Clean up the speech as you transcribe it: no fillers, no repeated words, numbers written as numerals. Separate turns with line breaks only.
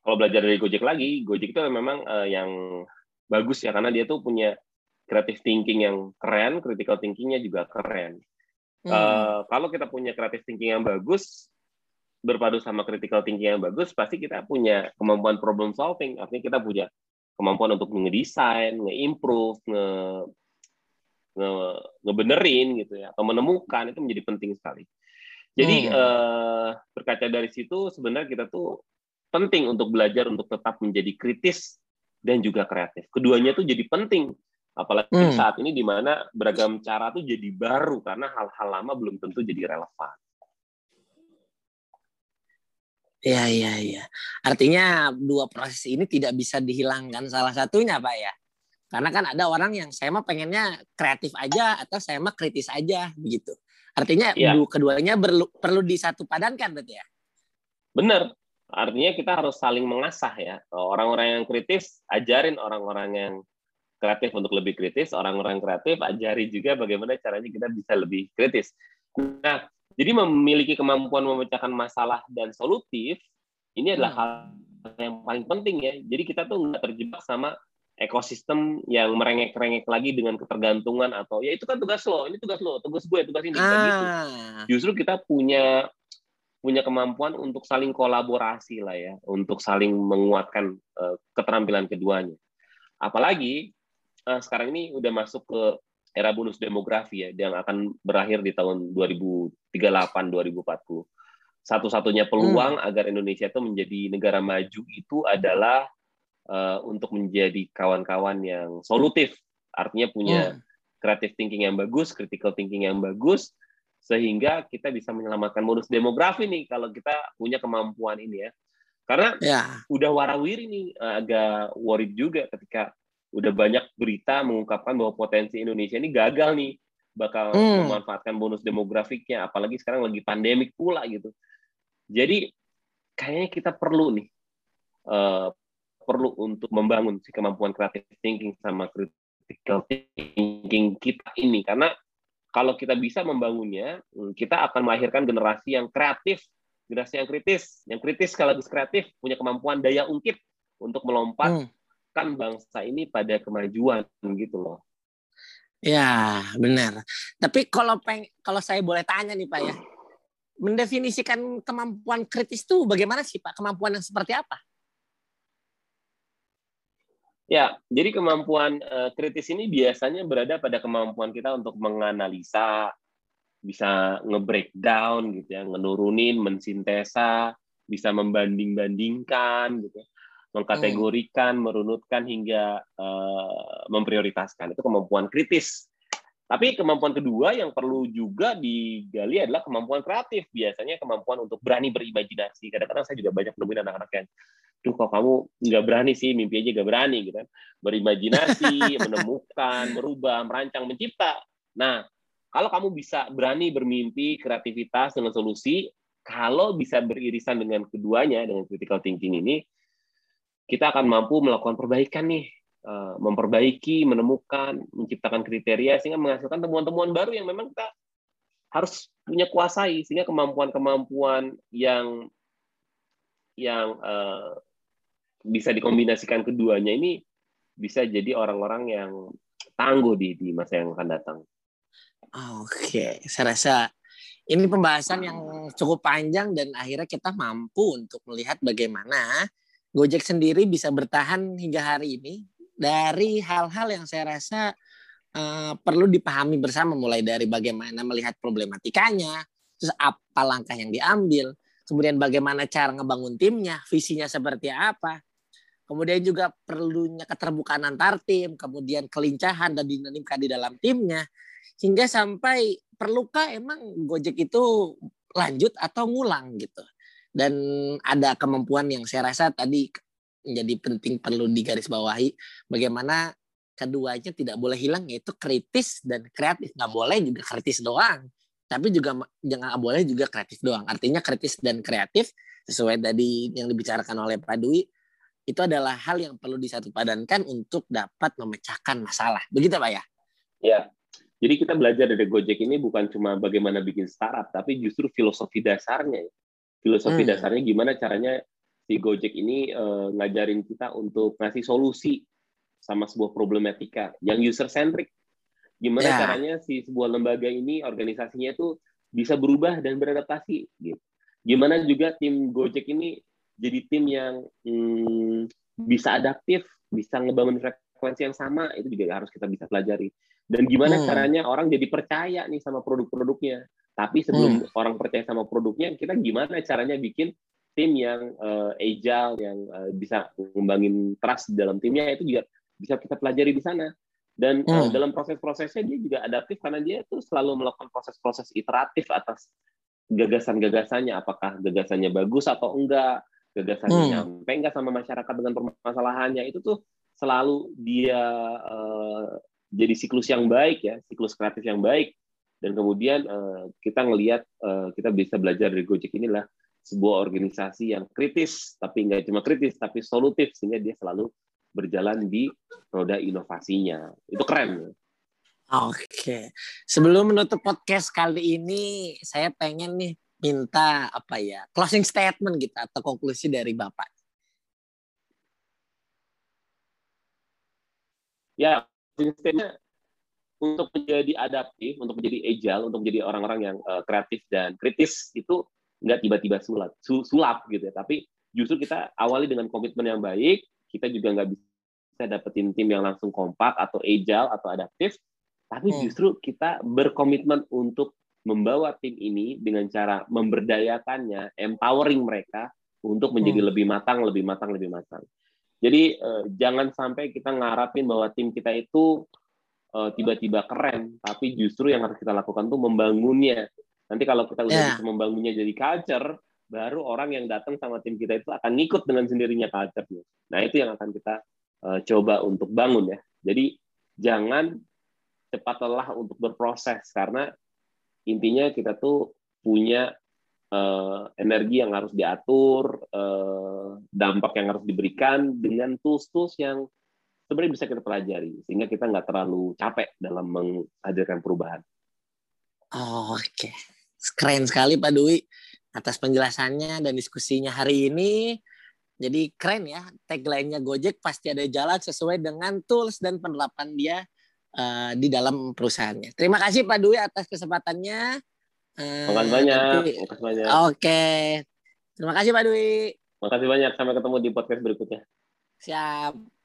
kalau belajar dari Gojek lagi, Gojek itu memang yang bagus ya, karena dia tuh punya creative thinking yang keren, critical thinking-nya juga keren. Kalau kita punya creative thinking yang bagus, berpadu sama critical thinking yang bagus, pasti kita punya kemampuan problem solving. Artinya kita punya kemampuan untuk ngedesain, nge-improve, ngebenerin gitu ya, atau menemukan, itu menjadi penting sekali. Jadi berkaca dari situ sebenarnya kita tuh penting untuk belajar untuk tetap menjadi kritis dan juga kreatif. Keduanya tuh jadi penting, apalagi saat ini di mana beragam cara tuh jadi baru karena hal-hal lama belum tentu jadi relevan.
Iya. Artinya dua proses ini tidak bisa dihilangkan salah satunya, Pak ya. Karena kan ada orang yang saya mah pengennya kreatif aja atau saya mah kritis aja begitu. Artinya keduanya perlu disatu padankan berarti ya.
Benar. Artinya kita harus saling mengasah ya. Orang-orang yang kritis ajarin orang-orang yang kreatif untuk lebih kritis, orang-orang kreatif ajari juga bagaimana caranya kita bisa lebih kritis. Nah, jadi memiliki kemampuan memecahkan masalah dan solutif ini adalah hal yang paling penting ya. Jadi kita tuh nggak terjebak sama ekosistem yang merengek-rengek lagi dengan ketergantungan atau ya itu kan tugas lo, ini tugas lo, tugas gue, tugas ini, gitu. Justru kita punya kemampuan untuk saling kolaborasi lah ya, untuk saling menguatkan keterampilan keduanya. Apalagi sekarang ini udah masuk ke era bonus demografi ya, yang akan berakhir di tahun 2038-2040. Satu-satunya peluang agar Indonesia itu menjadi negara maju itu adalah untuk menjadi kawan-kawan yang solutif, artinya punya creative thinking yang bagus, critical thinking yang bagus, sehingga kita bisa menyelamatkan bonus demografi nih kalau kita punya kemampuan ini ya. Karena udah warawiri nih, agak worried juga ketika udah banyak berita mengungkapkan bahwa potensi Indonesia ini gagal nih, bakal memanfaatkan bonus demografiknya, apalagi sekarang lagi pandemik pula gitu. Jadi kayaknya kita perlu nih, perlu untuk membangun si kemampuan creative thinking sama critical thinking kita ini, karena kalau kita bisa membangunnya, kita akan melahirkan generasi yang kreatif, generasi yang kritis sekaligus kreatif, punya kemampuan daya ungkit untuk melompatkan bangsa ini pada kemajuan gitu loh.
Ya, benar. Tapi kalau saya boleh tanya nih Pak ya, mendefinisikan kemampuan kritis itu bagaimana sih Pak? Kemampuan yang seperti apa?
Ya, jadi kemampuan kritis ini biasanya berada pada kemampuan kita untuk menganalisa, bisa nge-breakdown gitu ya, ngenurunin, mensintesa, bisa membanding-bandingkan gitu ya, mengkategorikan, merunutkan hingga memprioritaskan. Itu kemampuan kritis. Tapi kemampuan kedua yang perlu juga digali adalah kemampuan kreatif. Biasanya kemampuan untuk berani berimajinasi. Kadang-kadang saya juga banyak nemuin anak-anak yang, duh kok kamu nggak berani sih, mimpi aja nggak berani gitu kan. Berimajinasi, menemukan, merubah, merancang, mencipta. Nah, kalau kamu bisa berani bermimpi, kreativitas dengan solusi, kalau bisa beririsan dengan keduanya, dengan critical thinking ini, kita akan mampu melakukan perbaikan nih, memperbaiki, menemukan, menciptakan kriteria sehingga menghasilkan temuan-temuan baru yang memang kita harus punya kuasai, sehingga kemampuan-kemampuan yang bisa dikombinasikan keduanya ini bisa jadi orang-orang yang tangguh di masa yang akan datang.
Oke, saya rasa ini pembahasan yang cukup panjang dan akhirnya kita mampu untuk melihat bagaimana Gojek sendiri bisa bertahan hingga hari ini dari hal-hal yang saya rasa perlu dipahami bersama, mulai dari bagaimana melihat problematikanya, terus apa langkah yang diambil, kemudian bagaimana cara ngebangun timnya, visinya seperti apa, kemudian juga perlunya keterbukaan antar tim, kemudian kelincahan dan dinamika di dalam timnya, hingga sampai perlukah emang Gojek itu lanjut atau ngulang gitu. Dan ada kemampuan yang saya rasa tadi menjadi penting perlu digarisbawahi, bagaimana keduanya tidak boleh hilang, yaitu kritis dan kreatif. Nggak boleh juga kritis doang, tapi juga jangan boleh juga kreatif doang. Artinya kritis dan kreatif sesuai tadi yang dibicarakan oleh Pak Dwi, itu adalah hal yang perlu disatupadankan untuk dapat memecahkan masalah. Begitu Pak ya?
Ya, jadi kita belajar dari Gojek ini bukan cuma bagaimana bikin startup, tapi justru filosofi dasarnya. Filosofi dasarnya gimana caranya si Gojek ini ngajarin kita untuk ngasih solusi sama sebuah problematika yang user centric. Gimana caranya si sebuah lembaga ini, organisasinya itu bisa berubah dan beradaptasi gitu. Gimana juga tim Gojek ini jadi tim yang bisa adaptif, bisa ngebangun frekuensi yang sama, itu juga harus kita bisa pelajari. Dan gimana caranya orang jadi percaya nih sama produk-produknya. Tapi sebelum orang percaya sama produknya, kita gimana caranya bikin tim yang agile, yang bisa ngembangin trust di dalam timnya, itu juga bisa kita pelajari di sana. Dan dalam proses-prosesnya dia juga adaptif karena dia tuh selalu melakukan proses-proses iteratif atas gagasan-gagasannya, apakah gagasannya bagus atau enggak, gagasannya nyampe enggak sama masyarakat dengan permasalahannya, itu tuh selalu dia jadi siklus yang baik ya, siklus kreatif yang baik. Dan kemudian kita ngelihat, kita bisa belajar dari Gojek inilah sebuah organisasi yang kritis, tapi nggak cuma kritis, tapi solutif, sehingga dia selalu berjalan di roda inovasinya. Itu keren.
Oke. Sebelum menutup podcast kali ini, saya pengen nih minta closing statement gitu atau konklusi dari Bapak.
Ya, sistemnya untuk menjadi adaptif, untuk menjadi agile, untuk menjadi orang-orang yang kreatif dan kritis itu nggak tiba-tiba sulap gitu ya. Tapi justru kita awali dengan komitmen yang baik. Kita juga nggak bisa dapetin tim yang langsung kompak atau agile atau adaptif. Tapi justru kita berkomitmen untuk membawa tim ini dengan cara memberdayakannya, empowering mereka untuk menjadi lebih matang, lebih matang, lebih matang. Jadi jangan sampai kita ngarapin bahwa tim kita itu tiba-tiba keren, tapi justru yang harus kita lakukan tuh membangunnya. Nanti kalau kita udah bisa membangunnya jadi culture, baru orang yang datang sama tim kita itu akan ngikut dengan sendirinya culture-nya. Nah, itu yang akan kita coba untuk bangun ya. Jadi jangan cepat lelah untuk berproses, karena intinya kita tuh punya energi yang harus diatur, dampak yang harus diberikan dengan tools-tools yang sebenarnya bisa kita pelajari, sehingga kita nggak terlalu capek dalam menghadirkan perubahan.
Oke. Keren sekali Pak Dwi atas penjelasannya dan diskusinya hari ini. Jadi keren ya, tagline-nya Gojek pasti ada jalan sesuai dengan tools dan penerapan dia di dalam perusahaannya. Terima kasih Pak Dwi atas kesempatannya.
Makasih banyak.
Oke. Terima kasih Pak Dwi.
Makasih banyak. Sampai ketemu di podcast berikutnya.
Siap.